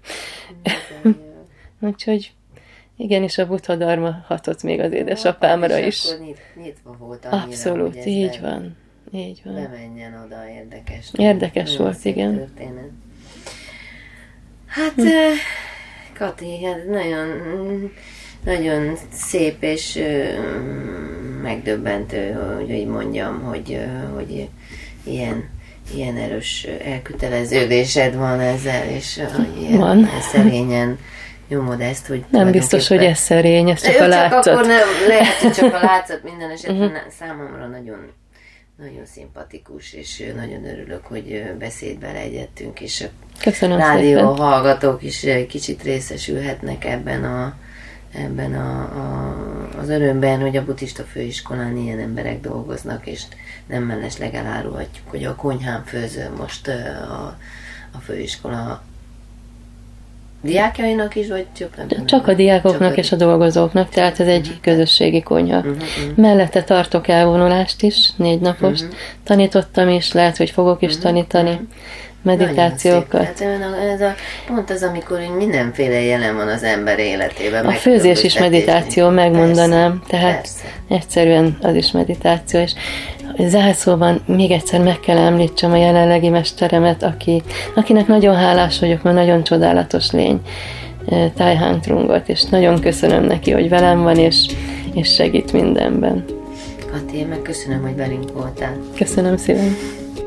Úgyhogy igenis a Buddha dharma hatott még az édesapámra és is. akkor nyit, nyitva volt annyira, Abszolút, hogy így ezzel van. Így van. bemenjen oda, érdekes. Érdekes Nagyon volt, szép igen. Történet. Hát, hm. Kati, hát nagyon, nagyon szép és megdöbbentő, hogy így mondjam, hogy, hogy ilyen, ilyen erős elköteleződésed van ezzel, és ilyen van. szerényen nyomod ezt, hogy nem biztos, hogy ez szerény, ez csak Jó, a látszat. Csak akkor nem, lehet, hogy csak a látszat minden esetben uh-huh. számomra nagyon, nagyon szimpatikus, és nagyon örülök, hogy beszédbe lejjettünk, és a rádió hallgatók is kicsit részesülhetnek ebben, a, ebben a, a, az örömben, hogy a buddhista főiskolán ilyen emberek dolgoznak, és nem mellesleg elárulhatjuk, hogy a konyhán főző most a, a főiskola diákjainak is, vagy csak nem? Csak a diákoknak csak és a dolgozóknak, tehát ez egy uh-huh. közösségi konyha. Uh-huh, uh-huh. Mellette tartok elvonulást is, négy napost. Uh-huh. Tanítottam is, lehet, hogy fogok is uh-huh. tanítani meditációkat. Hát ez a, pont az, amikor mindenféle jelen van az ember életében. A főzés is meditáció, megmondanám. Persze, tehát persze. Egyszerűen az is meditáció. És zárszóban még egyszer meg kell említsem a jelenlegi mesteremet, aki, akinek nagyon hálás vagyok, mert nagyon csodálatos lény, Tai Hang Trungot, és nagyon köszönöm neki, hogy velem van, és, és segít mindenben. Kati, én meg köszönöm, hogy velünk voltál. Köszönöm szépen.